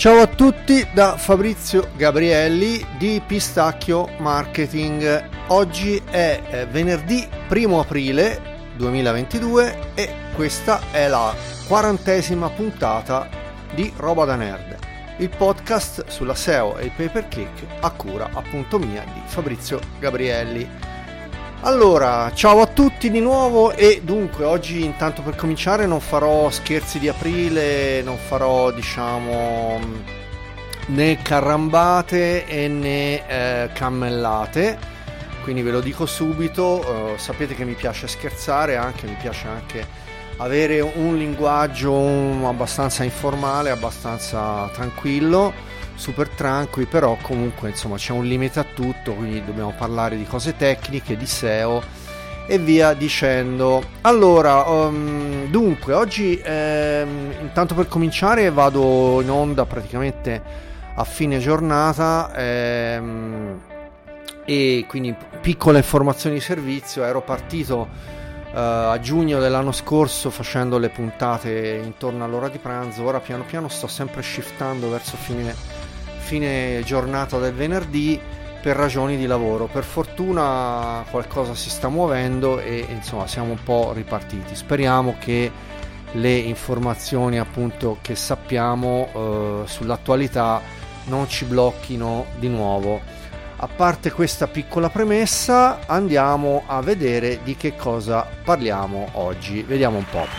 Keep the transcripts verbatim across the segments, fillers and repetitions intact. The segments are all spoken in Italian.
Ciao a tutti da Fabrizio Gabrielli di Pistacchio Marketing. Oggi è eh, venerdì primo aprile duemilaventidue e questa è la quarantesima puntata di Roba da Nerd, il podcast sulla S E O e il pay per click a cura appunto mia di Fabrizio Gabrielli. Allora, ciao a tutti di nuovo e dunque oggi intanto per cominciare non farò scherzi di aprile, non farò diciamo né carambate e né eh, cammellate, quindi ve lo dico subito, eh, sapete che mi piace scherzare, anche mi piace anche avere un linguaggio abbastanza informale, abbastanza tranquillo, super tranqui, però comunque insomma c'è un limite a tutto, quindi dobbiamo parlare di cose tecniche, di S E O e via dicendo. Allora, um, dunque oggi ehm, intanto per cominciare vado in onda praticamente a fine giornata ehm, e quindi piccole informazioni di servizio. Ero partito Uh, a giugno dell'anno scorso facendo le puntate intorno all'ora di pranzo, ora piano piano sto sempre shiftando verso fine, fine giornata del venerdì per ragioni di lavoro. Per fortuna qualcosa si sta muovendo e insomma siamo un po' ripartiti. Speriamo che le informazioni appunto che sappiamo uh, sull'attualità non ci blocchino di nuovo. A parte questa piccola premessa, andiamo a vedere di che cosa parliamo oggi. Vediamo un po'.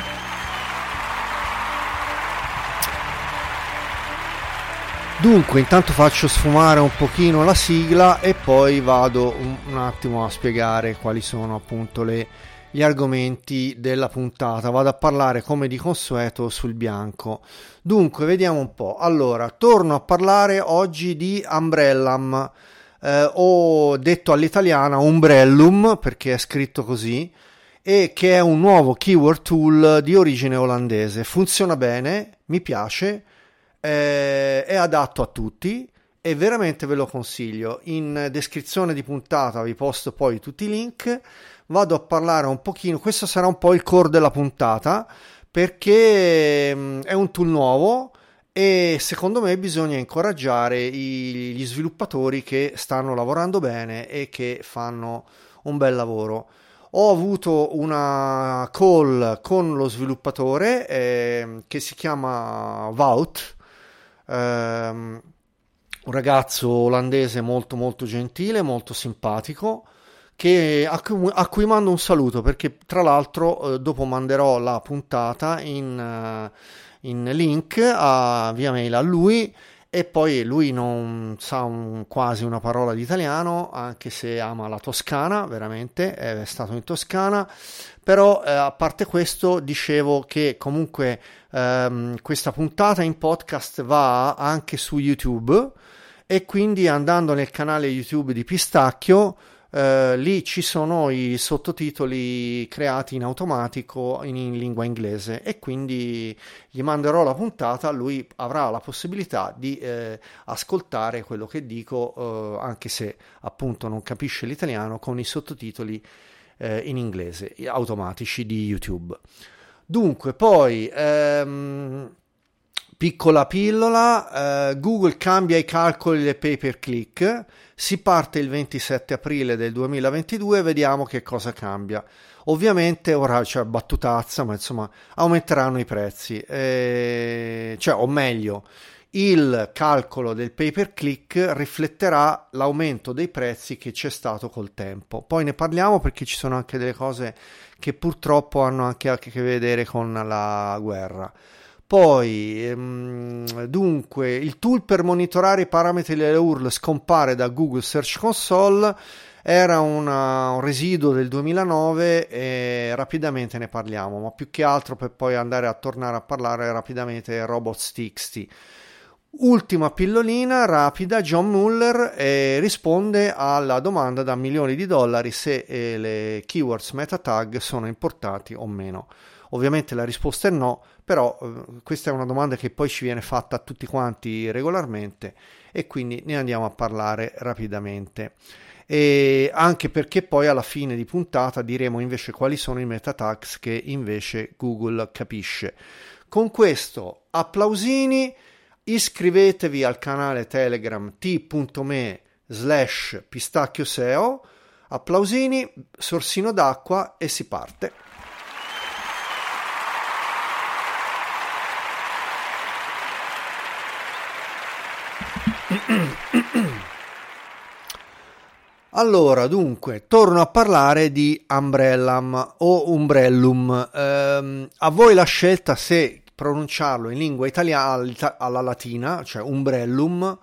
Dunque, intanto faccio sfumare un pochino la sigla e poi vado un, un attimo a spiegare quali sono appunto le, gli argomenti della puntata. Vado a parlare come di consueto sul bianco. Dunque, vediamo un po'. Allora, torno a parlare oggi di Umbrellam. Eh, ho detto all'italiana Umbrellum perché è scritto così, e che è un nuovo keyword tool di origine olandese. Funziona bene, mi piace, eh, è adatto a tutti e veramente ve lo consiglio. In descrizione di puntata vi posto poi tutti i link. Vado a parlare un pochino, questo sarà un po' il core della puntata perché mh, è un tool nuovo e secondo me bisogna incoraggiare i, gli sviluppatori che stanno lavorando bene e che fanno un bel lavoro. Ho avuto una call con lo sviluppatore eh, che si chiama Wout, ehm, un ragazzo olandese molto molto gentile, molto simpatico, che, a, cui, a cui mando un saluto perché tra l'altro eh, dopo manderò la puntata in... Uh, in link a, via mail a lui, e poi lui non sa un, quasi una parola di italiano, anche se ama la Toscana, veramente è stato in Toscana, però eh, a parte questo dicevo che comunque ehm, questa puntata in podcast va anche su YouTube e quindi andando nel canale YouTube di Pistacchio Uh, lì ci sono i sottotitoli creati in automatico in, in lingua inglese e quindi gli manderò la puntata, lui avrà la possibilità di eh, ascoltare quello che dico uh, anche se appunto non capisce l'italiano, con i sottotitoli eh, in inglese automatici di YouTube. Dunque poi ehm, piccola pillola, eh, Google cambia i calcoli del pay per click. Si parte il ventisette aprile del duemilaventidue, vediamo che cosa cambia. Ovviamente ora c'è cioè, battutazza, ma insomma aumenteranno i prezzi, eh, cioè o meglio il calcolo del pay per click rifletterà l'aumento dei prezzi che c'è stato col tempo. Poi ne parliamo perché ci sono anche delle cose che purtroppo hanno anche a che vedere con la guerra. Poi, ehm, dunque, il tool per monitorare i parametri delle U R L scompare da Google Search Console, era una, un residuo del duemilanove e rapidamente ne parliamo, ma più che altro per poi andare a tornare a parlare rapidamente robots.txt. Ultima pillolina rapida, John Mueller eh, risponde alla domanda da milioni di dollari se eh, le keywords meta tag sono importati o meno. Ovviamente la risposta è no, però eh, questa è una domanda che poi ci viene fatta a tutti quanti regolarmente e quindi ne andiamo a parlare rapidamente. E anche perché poi alla fine di puntata diremo invece quali sono i meta tags che invece Google capisce. Con questo applausini, iscrivetevi al canale Telegram t.me slash pistacchio seo, applausini, sorsino d'acqua e si parte. Allora, dunque, torno a parlare di Umbrellam o Umbrellum. Ehm, a voi la scelta se pronunciarlo in lingua italiana alla latina, cioè Umbrellum,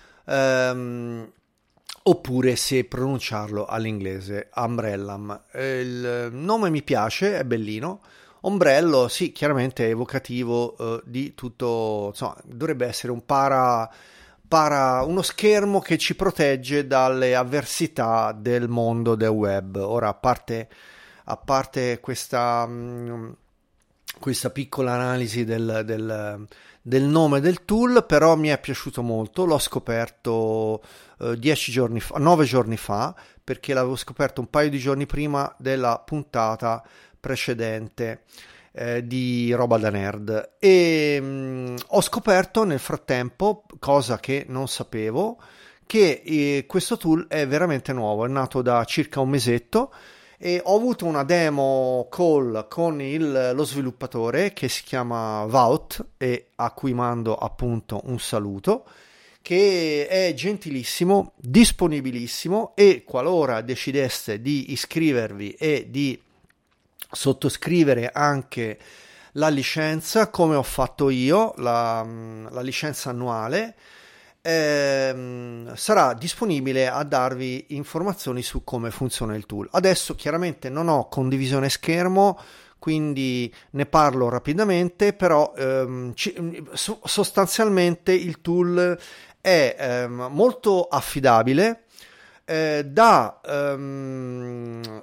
ehm, oppure se pronunciarlo all'inglese, Umbrellam. Il nome mi piace, è bellino. Ombrello, sì, chiaramente è evocativo eh, di tutto, insomma, dovrebbe essere un para... para uno schermo che ci protegge dalle avversità del mondo del web. Ora, a parte, a parte questa, mh, questa piccola analisi del, del, del nome del tool, però mi è piaciuto molto. L'ho scoperto eh, dieci giorni fa, nove giorni fa, perché l'avevo scoperto un paio di giorni prima della puntata precedente. Eh, di Roba da Nerd e mh, ho scoperto nel frattempo, cosa che non sapevo, che eh, questo tool è veramente nuovo, è nato da circa un mesetto e ho avuto una demo call con il, lo sviluppatore che si chiama Wout e a cui mando appunto un saluto, che è gentilissimo, disponibilissimo e qualora decideste di iscrivervi e di sottoscrivere anche la licenza come ho fatto io, la, la licenza annuale, ehm, sarà disponibile a darvi informazioni su come funziona il tool. Adesso chiaramente non ho condivisione schermo, quindi ne parlo rapidamente, però ehm, ci, sostanzialmente il tool è ehm, molto affidabile, eh, da ehm,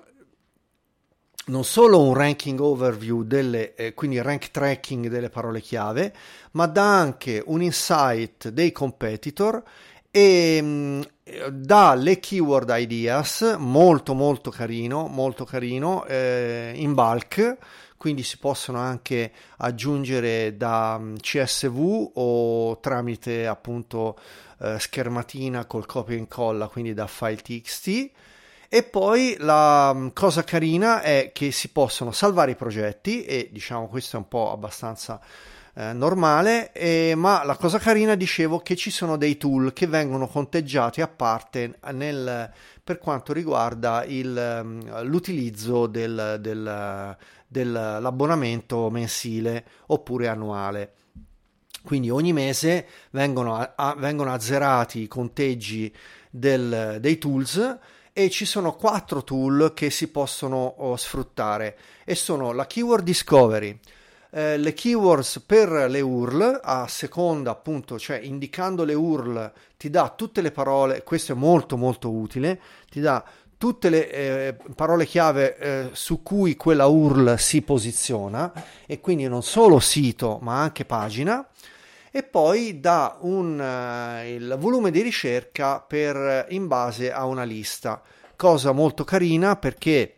non solo un ranking overview, delle, eh, quindi rank tracking delle parole chiave, ma dà anche un insight dei competitor e mh, dà le keyword ideas, molto molto carino, molto carino, eh, in bulk, quindi si possono anche aggiungere da C S V o tramite appunto eh, schermatina col copia e incolla, quindi da file txt. E poi la cosa carina è che si possono salvare i progetti e diciamo questo è un po' abbastanza eh, normale, eh, ma la cosa carina, dicevo, che ci sono dei tool che vengono conteggiati a parte nel, per quanto riguarda il, l'utilizzo del, del, dell'abbonamento mensile oppure annuale. Quindi ogni mese vengono, a, vengono azzerati i conteggi del, dei tools e ci sono quattro tool che si possono oh, sfruttare e sono la keyword discovery, eh, le keywords per le U R L, a seconda appunto, cioè indicando le U R L ti dà tutte le parole, questo è molto molto utile, ti dà tutte le eh, parole chiave eh, su cui quella U R L si posiziona e quindi non solo sito ma anche pagina. E poi dà un, uh, il volume di ricerca per, in base a una lista, cosa molto carina perché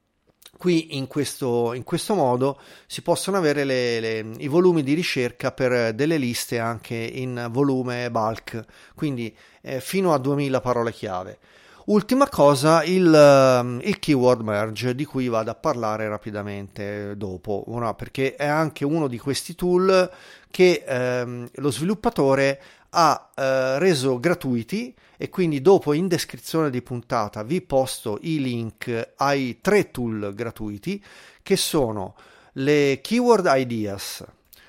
qui in questo, in questo modo si possono avere le, le, i volumi di ricerca per delle liste anche in volume bulk, quindi eh, fino a duemila parole chiave. Ultima cosa, il, il keyword merge, di cui vado a parlare rapidamente dopo, no? Perché è anche uno di questi tool che ehm, lo sviluppatore ha eh, reso gratuiti e quindi dopo in descrizione di puntata vi posto i link ai tre tool gratuiti che sono le keyword ideas,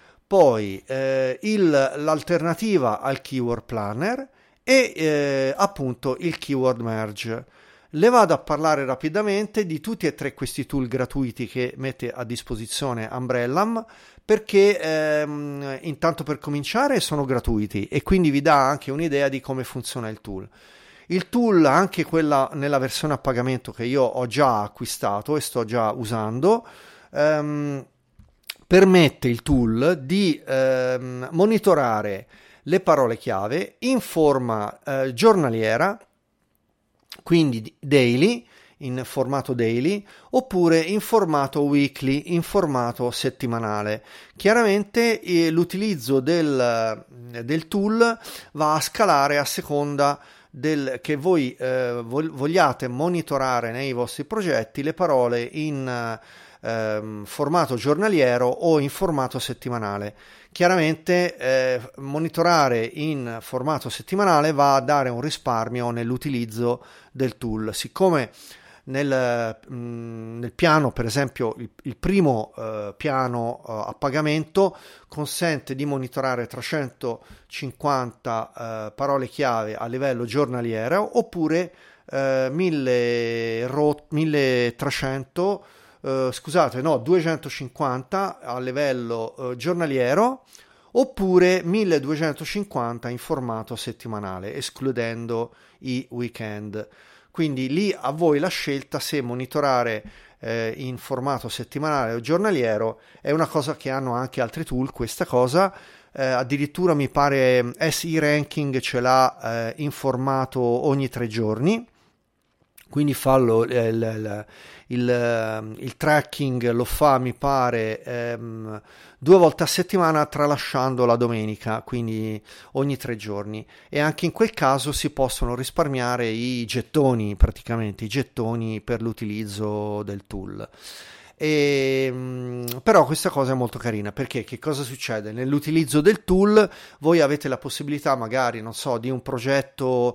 poi eh, il, l'alternativa al keyword planner e eh, appunto il keyword merge. Le vado a parlare rapidamente di tutti e tre questi tool gratuiti che mette a disposizione Umbrellam perché ehm, intanto per cominciare sono gratuiti e quindi vi dà anche un'idea di come funziona il tool. Il tool, anche quella nella versione a pagamento che io ho già acquistato e sto già usando, ehm, permette il tool di ehm, monitorare le parole chiave in forma eh, giornaliera, quindi daily, in formato daily oppure in formato weekly, in formato settimanale. Chiaramente eh, l'utilizzo del, del tool va a scalare a seconda del, che voi eh, vogliate monitorare nei vostri progetti le parole in eh, formato giornaliero o in formato settimanale. Chiaramente eh, monitorare in formato settimanale va a dare un risparmio nell'utilizzo del tool. Siccome nel, mh, nel piano, per esempio, il, il primo eh, piano eh, a pagamento consente di monitorare trecentocinquanta eh, parole chiave a livello giornaliero oppure eh, mille ro- milletrecento Uh, scusate, no, duecentocinquanta a livello uh, giornaliero oppure milleduecentocinquanta in formato settimanale, escludendo i weekend. Quindi lì a voi la scelta se monitorare eh, in formato settimanale o giornaliero. È una cosa che hanno anche altri tool, questa cosa. Eh, addirittura mi pare S E Ranking ce l'ha eh, in formato ogni tre giorni. Quindi fallo, il, il, il, il tracking lo fa, mi pare, ehm, due volte a settimana tralasciando la domenica, quindi ogni tre giorni. E anche in quel caso si possono risparmiare i gettoni, praticamente, i gettoni per l'utilizzo del tool. E, però questa cosa è molto carina, perché che cosa succede? Nell'utilizzo del tool voi avete la possibilità magari, non so, di un progetto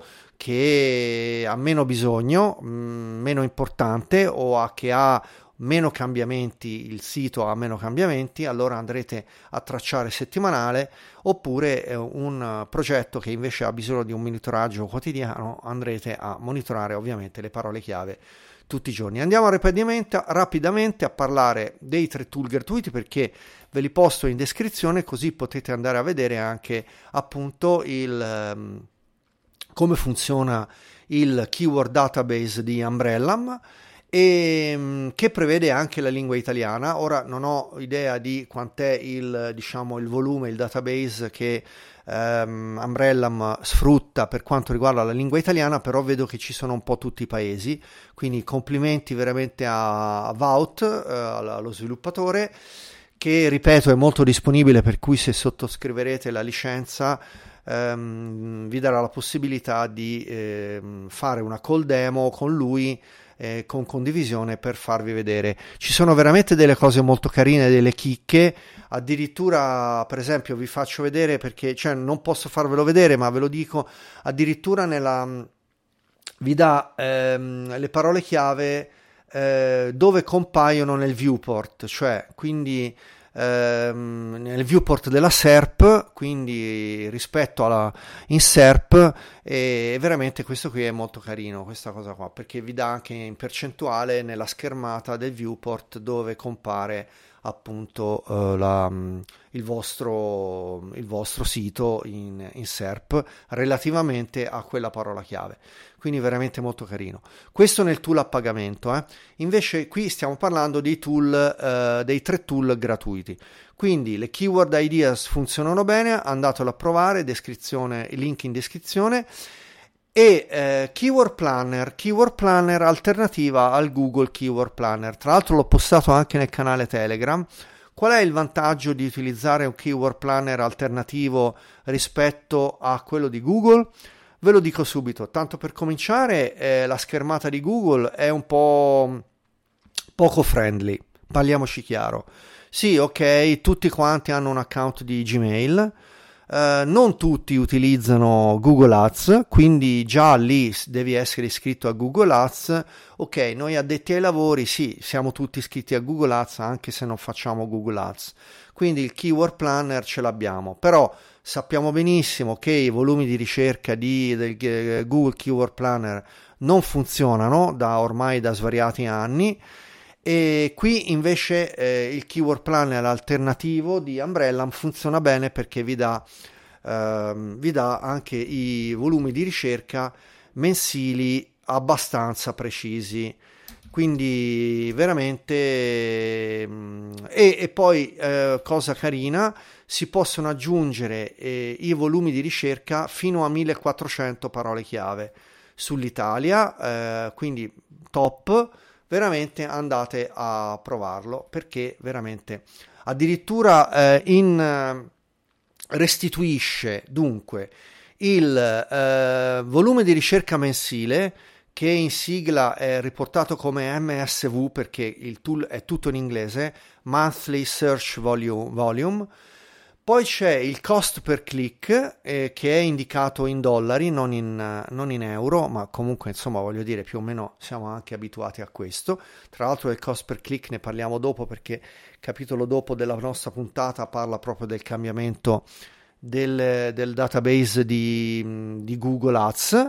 che ha meno bisogno, mh, meno importante o ha, che ha meno cambiamenti, il sito ha meno cambiamenti, allora andrete a tracciare settimanale, oppure eh, un progetto che invece ha bisogno di un monitoraggio quotidiano, andrete a monitorare ovviamente le parole chiave tutti i giorni. Andiamo rapidamente, rapidamente a parlare dei tre tool gratuiti, perché ve li posto in descrizione, così potete andare a vedere anche appunto il um, come funziona il keyword database di Umbrellam, e um, che prevede anche la lingua italiana. Ora non ho idea di quant'è il, diciamo, il volume, il database che Um, Umbrellam sfrutta per quanto riguarda la lingua italiana, però vedo che ci sono un po' tutti i paesi, quindi complimenti veramente a, a Wout, uh, allo sviluppatore, che ripeto è molto disponibile, per cui se sottoscriverete la licenza um, vi darà la possibilità di eh, fare una call demo con lui, eh, con condivisione, per farvi vedere. Ci sono veramente delle cose molto carine, delle chicche. Addirittura, per esempio, vi faccio vedere, perché cioè, non posso farvelo vedere, ma ve lo dico, addirittura nella, vi dà ehm, le parole chiave eh, dove compaiono nel viewport, cioè quindi ehm, nel viewport della S E R P, quindi rispetto alla in S E R P, e veramente questo qui è molto carino, questa cosa qua, perché vi dà anche in percentuale nella schermata del viewport dove compare appunto uh, la, il, vostro, il vostro sito in, in S E R P relativamente a quella parola chiave, quindi veramente molto carino. Questo nel tool a pagamento, eh. Invece qui stiamo parlando dei tool, uh, dei tre tool gratuiti. Quindi le keyword ideas funzionano bene, andatelo a provare, descrizione, link in descrizione. E eh, Keyword Planner, Keyword Planner alternativa al Google Keyword Planner. Tra l'altro l'ho postato anche nel canale Telegram. Qual è il vantaggio di utilizzare un Keyword Planner alternativo rispetto a quello di Google? Ve lo dico subito. Tanto per cominciare, eh, la schermata di Google è un po' poco friendly, parliamoci chiaro. Sì, ok, tutti quanti hanno un account di Gmail. Uh, non tutti utilizzano Google Ads, quindi già lì devi essere iscritto a Google Ads. Ok, noi addetti ai lavori sì, siamo tutti iscritti a Google Ads anche se non facciamo Google Ads, quindi il Keyword Planner ce l'abbiamo, però sappiamo benissimo che i volumi di ricerca di, del uh, Google Keyword Planner non funzionano da ormai da svariati anni. E qui invece eh, il Keyword Planner alternativo di Umbrellam funziona bene, perché vi dà, ehm, vi dà anche i volumi di ricerca mensili abbastanza precisi, quindi veramente e, e poi eh, cosa carina, si possono aggiungere eh, i volumi di ricerca fino a millequattrocento parole chiave sull'Italia, eh, quindi top, veramente andate a provarlo, perché veramente addirittura eh, in eh, restituisce dunque il eh, volume di ricerca mensile, che in sigla è riportato come M S V perché il tool è tutto in inglese, Monthly Search Volume, volume. Poi c'è il cost per click, eh, che è indicato in dollari, non in, non in euro, ma comunque insomma voglio dire più o meno siamo anche abituati a questo. Tra l'altro del cost per click ne parliamo dopo, perché il capitolo dopo della nostra puntata parla proprio del cambiamento del, del database di, di Google Ads.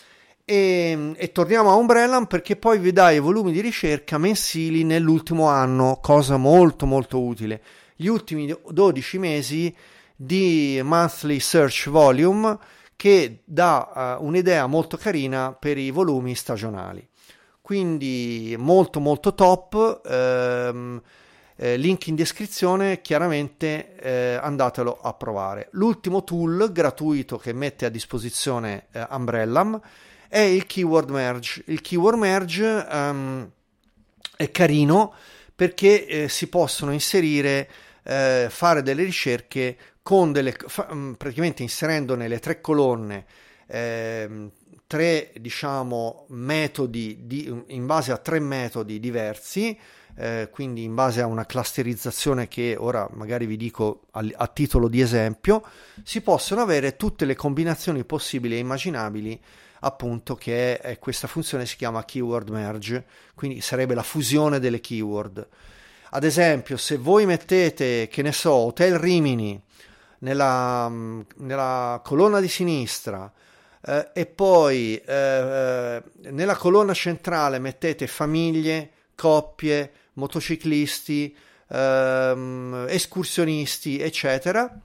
E, e torniamo a Umbrellam, perché poi vi dà i volumi di ricerca mensili nell'ultimo anno, cosa molto molto utile. Gli ultimi dodici mesi di Monthly Search Volume, che dà uh, un'idea molto carina per i volumi stagionali. Quindi molto molto top. ehm, eh, link in descrizione, chiaramente eh, andatelo a provare. L'ultimo tool gratuito che mette a disposizione eh, Umbrellam è il Keyword Merge. Il Keyword Merge um, è carino perché eh, si possono inserire, eh, fare delle ricerche con delle, fa, praticamente inserendo nelle tre colonne eh, tre, diciamo, metodi di, in base a tre metodi diversi, eh, quindi in base a una clusterizzazione che ora magari vi dico a, a titolo di esempio, si possono avere tutte le combinazioni possibili e immaginabili, appunto, che è, è questa funzione si chiama Keyword Merge, quindi sarebbe la fusione delle keyword. Ad esempio, se voi mettete, che ne so, Hotel Rimini nella, nella colonna di sinistra eh, e poi eh, nella colonna centrale mettete famiglie, coppie, motociclisti, ehm, escursionisti, eccetera,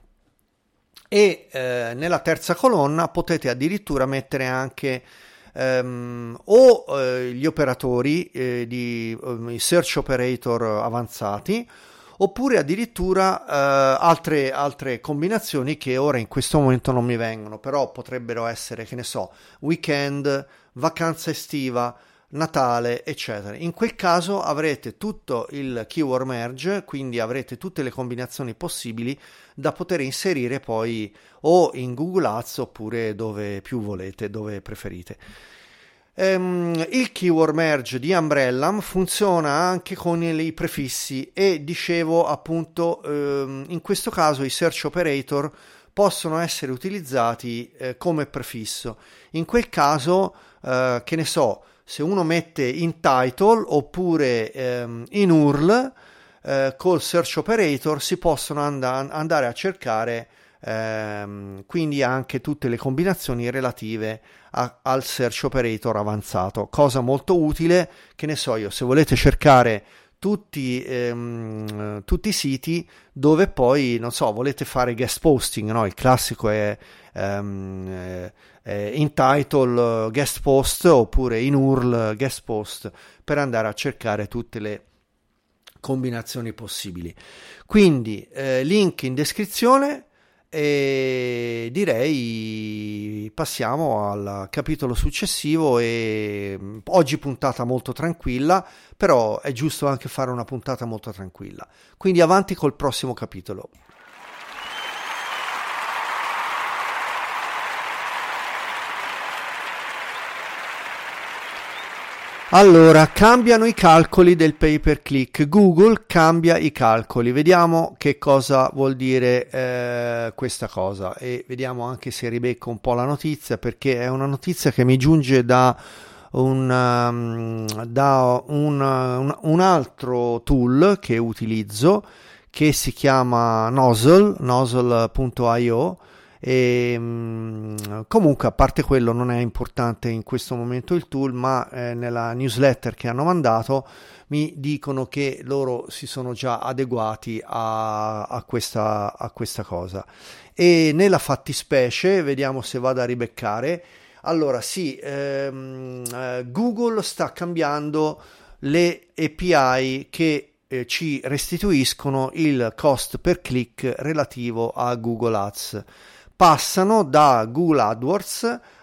e eh, nella terza colonna potete addirittura mettere anche um, o eh, gli operatori, eh, di, um, i search operator avanzati, oppure addirittura eh, altre, altre combinazioni che ora in questo momento non mi vengono, però potrebbero essere, che ne so, weekend, vacanza estiva, Natale, eccetera. In quel caso avrete tutto il keyword merge, quindi avrete tutte le combinazioni possibili da poter inserire poi o in Google Ads oppure dove più volete, dove preferite. Um, il keyword merge di Umbrellam funziona anche con i prefissi e dicevo appunto um, in questo caso i search operator possono essere utilizzati eh, come prefisso. In quel caso, eh, che ne so, se uno mette in title oppure ehm, in U R L, eh, col search operator si possono and- andare a cercare ehm, quindi anche tutte le combinazioni relative a- al search operator avanzato, cosa molto utile. Che ne so io, se volete cercare tutti, ehm, tutti i siti dove poi, non so, volete fare guest posting, no? Il classico è, ehm, è in title guest post oppure in U R L guest post, per andare a cercare tutte le combinazioni possibili. Quindi eh, link in descrizione, e direi passiamo al capitolo successivo. E oggi puntata molto tranquilla, però è giusto anche fare una puntata molto tranquilla, quindi avanti col prossimo capitolo. Allora, cambiano i calcoli del pay per click. Google cambia i calcoli. Vediamo che cosa vuol dire eh, questa cosa, e vediamo anche se ribecco un po' la notizia, perché è una notizia che mi giunge da un, um, da un, un, un altro tool che utilizzo, che si chiama Nozzle, nozzle punto io. E comunque, a parte quello, non è importante in questo momento il tool, ma eh, nella newsletter che hanno mandato mi dicono che loro si sono già adeguati a, a, questa, a questa cosa. E nella fattispecie, vediamo se vado a ribeccare. Allora sì, ehm, eh, Google sta cambiando le A P I che eh, ci restituiscono il cost per click relativo a Google Ads. Passano da Google AdWords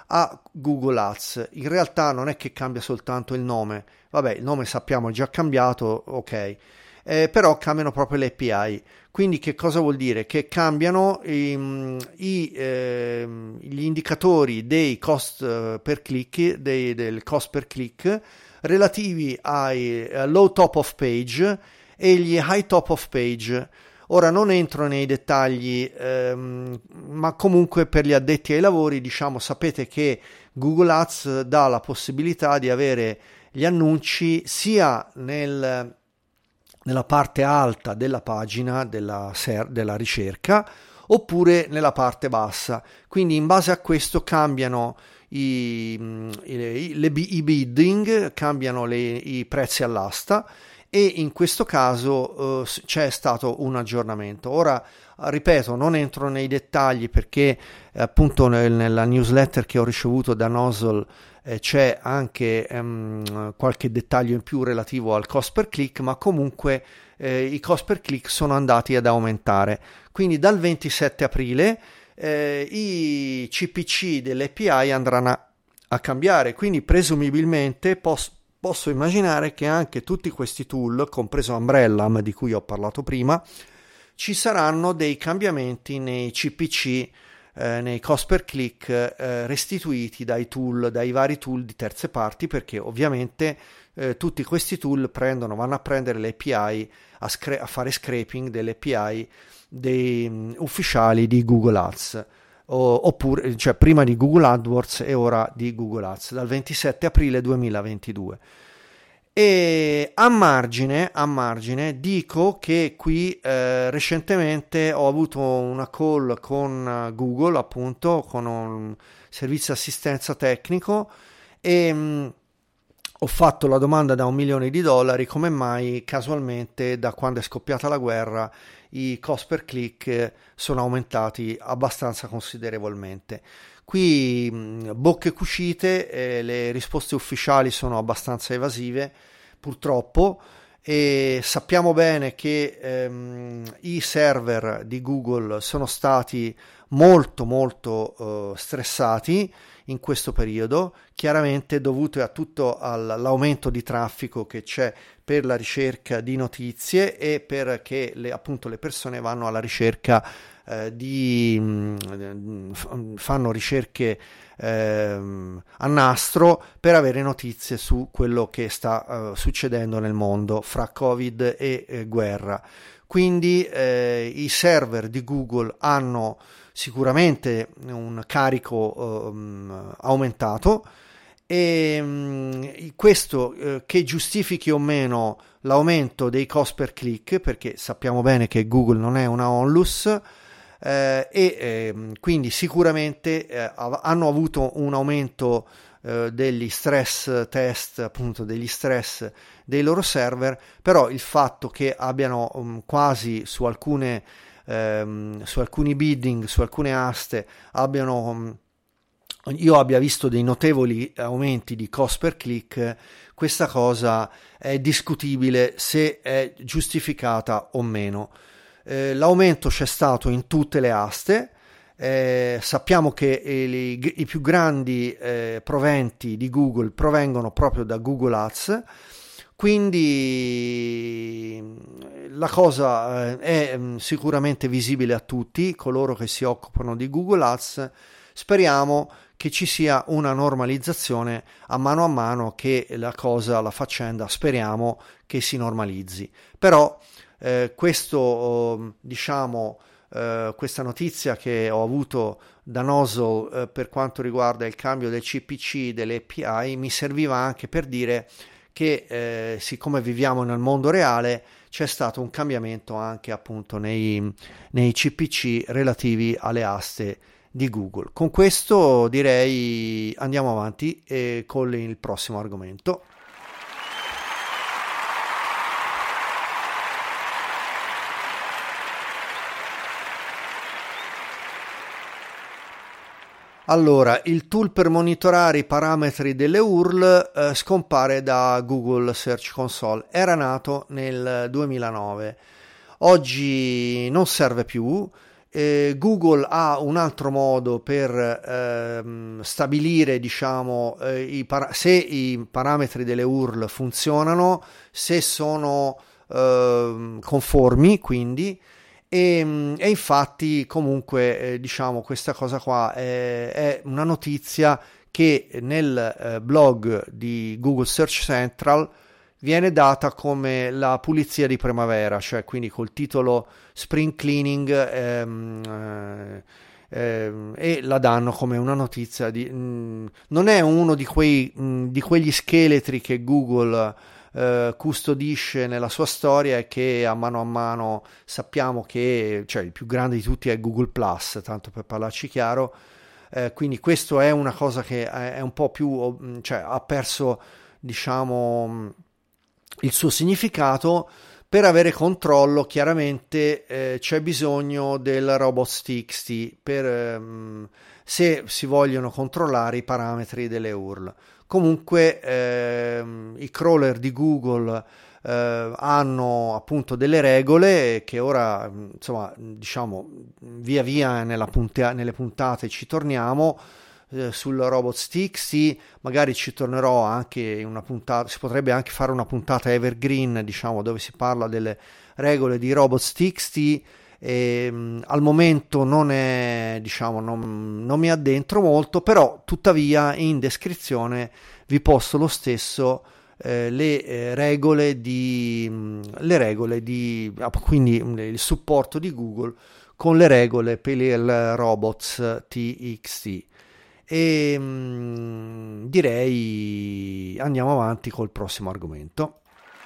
a Google Ads. In realtà non è che cambia soltanto il nome, vabbè, il nome sappiamo è già cambiato, ok, eh, però cambiano proprio le A P I. Quindi che cosa vuol dire? Che cambiano i, i, eh, gli indicatori dei cost per click, dei, del cost per click relativi ai uh, low top of page e gli high top of page. Ora non entro nei dettagli, ehm, ma comunque per gli addetti ai lavori, diciamo, sapete che Google Ads dà la possibilità di avere gli annunci sia nel, nella parte alta della pagina della, ser- della ricerca oppure nella parte bassa. Quindi in base a questo cambiano i, i, le, i bidding, cambiano le, i prezzi all'asta, e in questo caso eh, c'è stato un aggiornamento. Ora ripeto, non entro nei dettagli perché eh, appunto nel, nella newsletter che ho ricevuto da Nozzle eh, c'è anche ehm, qualche dettaglio in più relativo al cost per click, ma comunque eh, i cost per click sono andati ad aumentare. Quindi dal ventisette aprile eh, i C P C delle A P I andranno a, a cambiare, quindi presumibilmente posso Posso immaginare che anche tutti questi tool, compreso Umbrellam di cui ho parlato prima, ci saranno dei cambiamenti nei C P C, eh, nei cost per click eh, restituiti dai tool, dai vari tool di terze parti, perché ovviamente eh, tutti questi tool prendono, vanno a prendere le A P I, a, scra- a fare scraping delle A P I dei um, ufficiali di Google Ads. Oppure, cioè prima di Google AdWords e ora di Google Ads, dal ventisette aprile duemilaventidue. E a margine, a margine dico che qui eh, recentemente ho avuto una call con Google, appunto, con un servizio di assistenza tecnico, e mh, ho fatto la domanda da un milione di dollari: come mai casualmente da quando è scoppiata la guerra i cost per click sono aumentati abbastanza considerevolmente. Qui mh, bocche cucite, eh, le risposte ufficiali sono abbastanza evasive purtroppo, e sappiamo bene che ehm, i server di Google sono stati molto molto eh, stressati in questo periodo, chiaramente dovute a tutto all'aumento di traffico che c'è per la ricerca di notizie e perché le, appunto le persone vanno alla ricerca eh, di mh, fanno ricerche eh, a nastro per avere notizie su quello che sta eh, succedendo nel mondo fra Covid e eh, guerra. Quindi eh, i server di Google hanno sicuramente un carico um, aumentato, e um, questo uh, che giustifichi o meno l'aumento dei cost per click, perché sappiamo bene che Google non è una onlus, eh, e eh, quindi sicuramente eh, hanno avuto un aumento eh, degli stress test, appunto degli stress dei loro server. Però il fatto che abbiano um, quasi su alcune ehm, su alcuni bidding, su alcune aste abbiano um, io abbia visto dei notevoli aumenti di cost per click, questa cosa è discutibile se è giustificata o meno. Eh, l'aumento c'è stato in tutte le aste. Eh, sappiamo che eh, i, i più grandi eh, proventi di Google provengono proprio da Google Ads, quindi la cosa eh, è sicuramente visibile a tutti coloro che si occupano di Google Ads. Speriamo che ci sia una normalizzazione a mano a mano che la cosa, la faccenda, speriamo che si normalizzi. Però eh, questo, diciamo, eh, questa notizia che ho avuto da Nozzle eh, per quanto riguarda il cambio del C P C, delle A P I, mi serviva anche per dire che eh, siccome viviamo nel mondo reale c'è stato un cambiamento anche appunto nei, nei C P C relativi alle aste di Google. Con questo direi andiamo avanti e con il prossimo argomento. Allora, il tool per monitorare i parametri delle U R L eh, scompare da Google Search Console. Era nato nel duemilanove. Oggi non serve più. eh, Google ha un altro modo per ehm, stabilire, diciamo, eh, i para- se i parametri delle U R L funzionano, se sono ehm, conformi, quindi. E, e infatti comunque eh, diciamo questa cosa qua è, è una notizia che nel eh, blog di Google Search Central viene data come la pulizia di primavera, cioè quindi col titolo Spring Cleaning, ehm, eh, ehm, e la danno come una notizia di, mh, non è uno di quei mh, di quegli scheletri che Google eh, custodisce nella sua storia e che a mano a mano sappiamo che, cioè, il più grande di tutti è Google Plus, tanto per parlarci chiaro. Eh, quindi questo è una cosa che è, è un po' più, cioè ha perso, diciamo, il suo significato. Per avere controllo chiaramente eh, c'è bisogno del robots.txt per ehm, se si vogliono controllare i parametri delle U R L. Comunque ehm, i crawler di Google eh, hanno appunto delle regole che ora, insomma, diciamo, via via nella punta- nelle puntate ci torniamo eh, sul robots.txt, magari ci tornerò anche in una puntata, si potrebbe anche fare una puntata evergreen, diciamo, dove si parla delle regole di robots.txt. E, mh, al momento non è, diciamo, non, non mi addentro molto, però tuttavia in descrizione vi posto lo stesso eh, le eh, regole di mh, le regole di quindi mh, il supporto di Google con le regole per il robots.txt. E mh, direi andiamo avanti col prossimo argomento.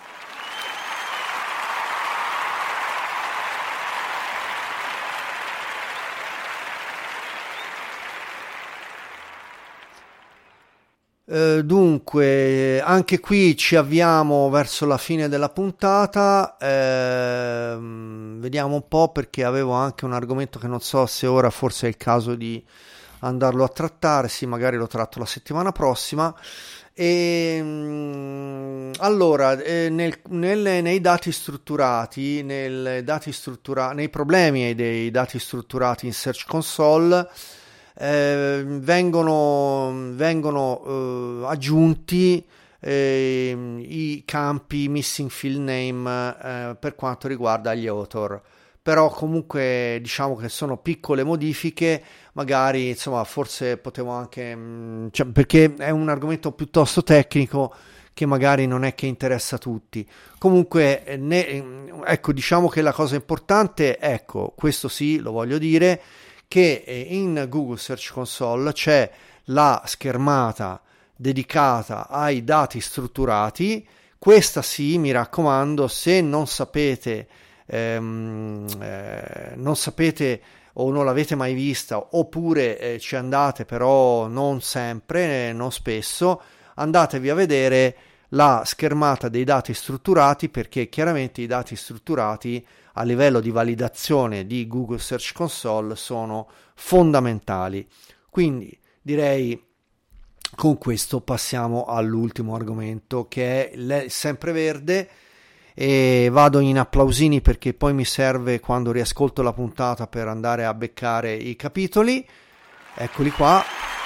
Uh, dunque, anche qui ci avviamo verso la fine della puntata. Uh, vediamo un po', perché avevo anche un argomento che non so se ora forse è il caso di andarlo a trattare. Sì, magari lo tratto la settimana prossima. E um, allora, eh, nel, nel, nei dati strutturati, nel dati struttura, nei problemi dei dati strutturati in Search Console. Eh, vengono, vengono eh, aggiunti eh, i campi missing field name eh, per quanto riguarda gli author, però comunque diciamo che sono piccole modifiche, magari insomma forse potevo anche mh, cioè, perché è un argomento piuttosto tecnico che magari non è che interessa a tutti. Comunque ne, ecco, diciamo che la cosa importante, ecco, questo sì, lo voglio dire, che in Google Search Console c'è la schermata dedicata ai dati strutturati. Questa sì, mi raccomando, se non sapete ehm, eh, non sapete o non l'avete mai vista, oppure eh, ci andate però non sempre, eh, non spesso, andatevi a vedere la schermata dei dati strutturati, perché chiaramente i dati strutturati a livello di validazione di Google Search Console sono fondamentali. Quindi direi, con questo passiamo all'ultimo argomento, che è il sempreverde, e vado in applausini perché poi mi serve quando riascolto la puntata per andare a beccare i capitoli. Eccoli qua.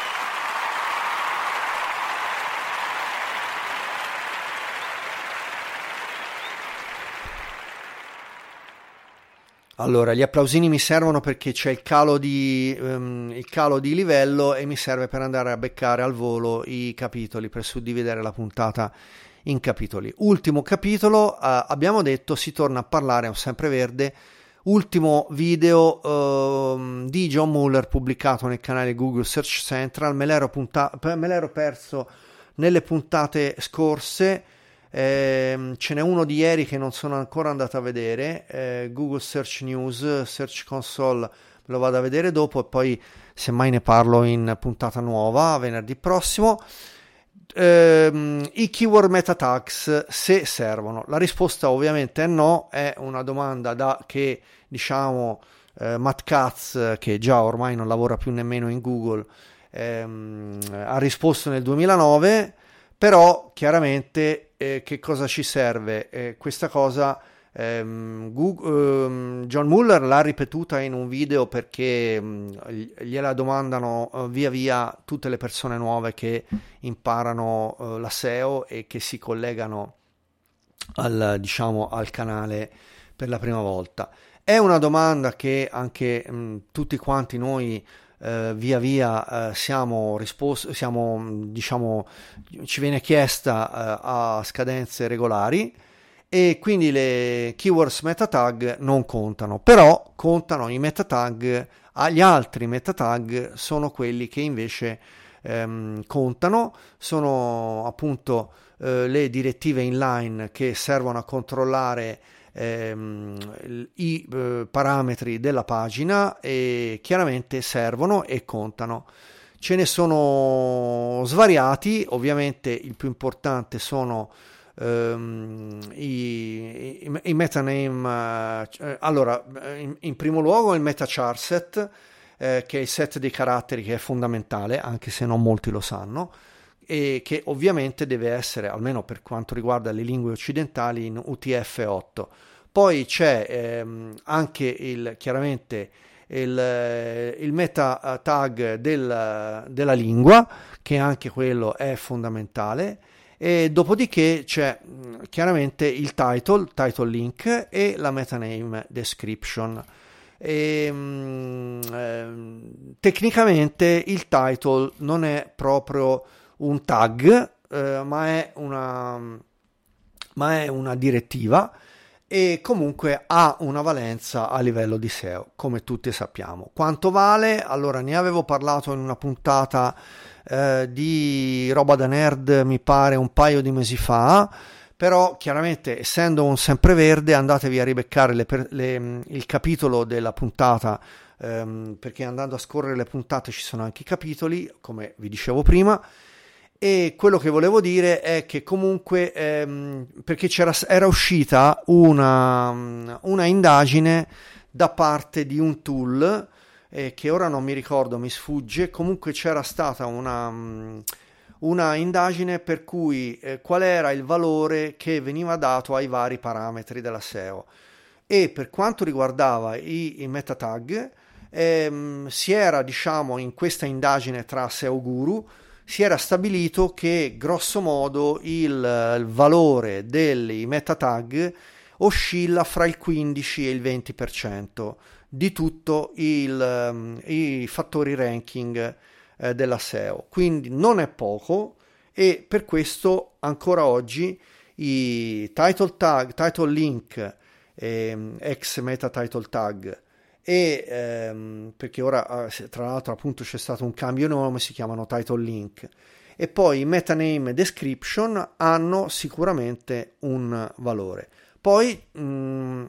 Allora, gli applausini mi servono perché c'è il calo di, um, il calo di livello, e mi serve per andare a beccare al volo i capitoli, per suddividere la puntata in capitoli. Ultimo capitolo, uh, abbiamo detto, si torna a parlare, è un sempreverde, ultimo video uh, di John Mueller pubblicato nel canale Google Search Central. Me l'ero, punta- me l'ero perso nelle puntate scorse. Eh, ce n'è uno di ieri che non sono ancora andato a vedere, eh, Google Search News, Search Console, me lo vado a vedere dopo, e poi semmai ne parlo in puntata nuova venerdì prossimo. Eh, i keyword meta tags, se servono, la risposta ovviamente è no. È una domanda da che diciamo eh, Matt Katz, che già ormai non lavora più nemmeno in Google, ehm, ha risposto nel duemilanove. Però chiaramente eh, che cosa ci serve? Eh, questa cosa ehm, Google, ehm, John Mueller l'ha ripetuta in un video perché mh, gliela domandano uh, via via tutte le persone nuove che imparano uh, la S E O e che si collegano al, diciamo, al canale per la prima volta. È una domanda che anche mh, tutti quanti noi eh, via via eh, siamo risposti, siamo, diciamo, ci viene chiesta eh, a scadenze regolari, e quindi le keywords meta tag non contano, però contano i meta tag, agli altri meta tag sono quelli che invece ehm, contano, sono appunto eh, le direttive inline che servono a controllare ehm, i eh, parametri della pagina, e chiaramente servono e contano. Ce ne sono svariati, ovviamente il più importante sono Um, i, i, i meta name. Uh, allora, in, in primo luogo il meta char set, eh, che è il set dei caratteri che è fondamentale, anche se non molti lo sanno, e che ovviamente deve essere, almeno per quanto riguarda le lingue occidentali, in U T F otto. Poi c'è ehm, anche il, chiaramente il, il meta tag del, della lingua, che anche quello è fondamentale. E dopodiché c'è chiaramente il title, title link, e la meta name description. E, mh, eh, tecnicamente il title non è proprio un tag, eh, ma è una ma è una direttiva, e comunque ha una valenza a livello di S E O, come tutti sappiamo. Quanto vale? Allora, ne avevo parlato in una puntata Eh, di Roba da Nerd, mi pare un paio di mesi fa, però chiaramente, essendo un sempreverde, andatevi a ribeccare le, le, il capitolo della puntata, ehm, perché andando a scorrere le puntate ci sono anche i capitoli, come vi dicevo prima. E quello che volevo dire è che comunque ehm, perché c'era, era uscita una, una indagine da parte di un tool eh, che ora non mi ricordo, mi sfugge. Comunque c'era stata una, una indagine per cui eh, qual era il valore che veniva dato ai vari parametri della S E O, e per quanto riguardava i, i meta tag ehm, si era, diciamo, in questa indagine tra S E O Guru si era stabilito che grosso modo il, il valore dei meta tag oscilla fra il quindici e il venti per cento di tutto il, um, i fattori ranking eh, della S E O, quindi non è poco, e per questo ancora oggi i title tag, title link, ehm, ex meta title tag, e ehm, perché ora tra l'altro appunto c'è stato un cambio nome, si chiamano title link, e poi i meta name description hanno sicuramente un valore. Poi mh,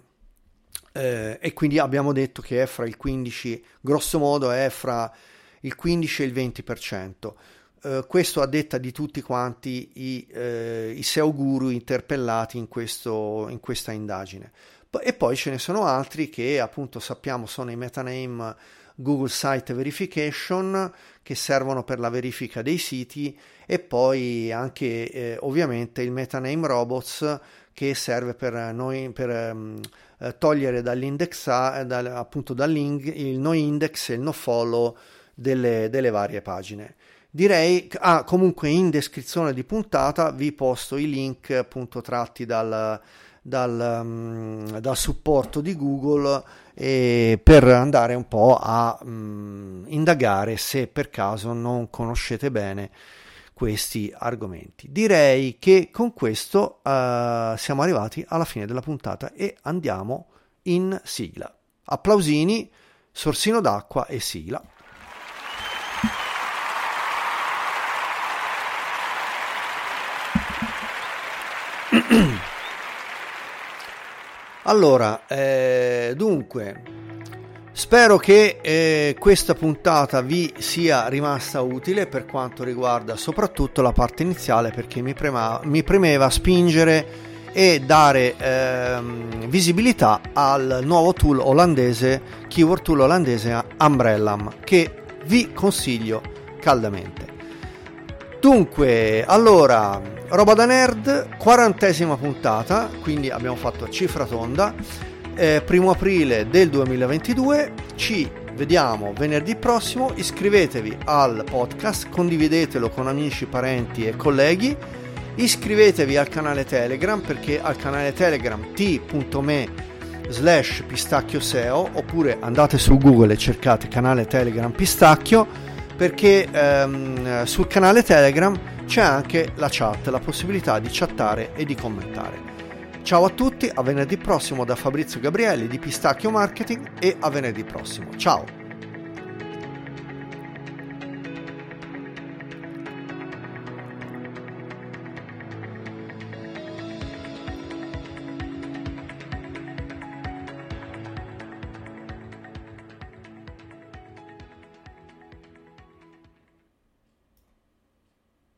eh, e quindi abbiamo detto che è fra il quindici, grosso modo è fra il quindici e il venti per cento. Eh, questo a detta di tutti quanti i, eh, i S E O guru interpellati in, questo, in questa indagine. E poi ce ne sono altri che appunto sappiamo sono i meta name Google Site Verification, che servono per la verifica dei siti, e poi anche eh, ovviamente il meta name robots, che serve per noi per um, togliere dall'index dal, appunto dall'ing, il no index e il no follow delle, delle varie pagine. Direi ah, comunque in descrizione di puntata vi posto i link appunto tratti dal Dal, um, dal supporto di Google, e per andare un po' a um, indagare se per caso non conoscete bene questi argomenti. Direi che con questo uh, siamo arrivati alla fine della puntata e andiamo in sigla. Applausini, sorsino d'acqua e sigla. Allora, eh, dunque, spero che eh, questa puntata vi sia rimasta utile per quanto riguarda soprattutto la parte iniziale, perché mi, prema, mi premeva spingere e dare eh, visibilità al nuovo tool olandese, keyword tool olandese Umbrellam, che vi consiglio caldamente. Dunque, allora, Roba da Nerd, quarantesima puntata, quindi abbiamo fatto cifra tonda, eh, primo aprile del duemilaventidue, ci vediamo venerdì prossimo, iscrivetevi al podcast, condividetelo con amici, parenti e colleghi, iscrivetevi al canale Telegram, perché al canale Telegram t.me slash pistacchio seo, oppure andate su Google e cercate canale Telegram Pistacchio, perché ehm, sul canale Telegram c'è anche la chat, la possibilità di chattare e di commentare. Ciao a tutti, a venerdì prossimo da Fabrizio Gabrielli di Pistacchio Marketing, e a venerdì prossimo. Ciao!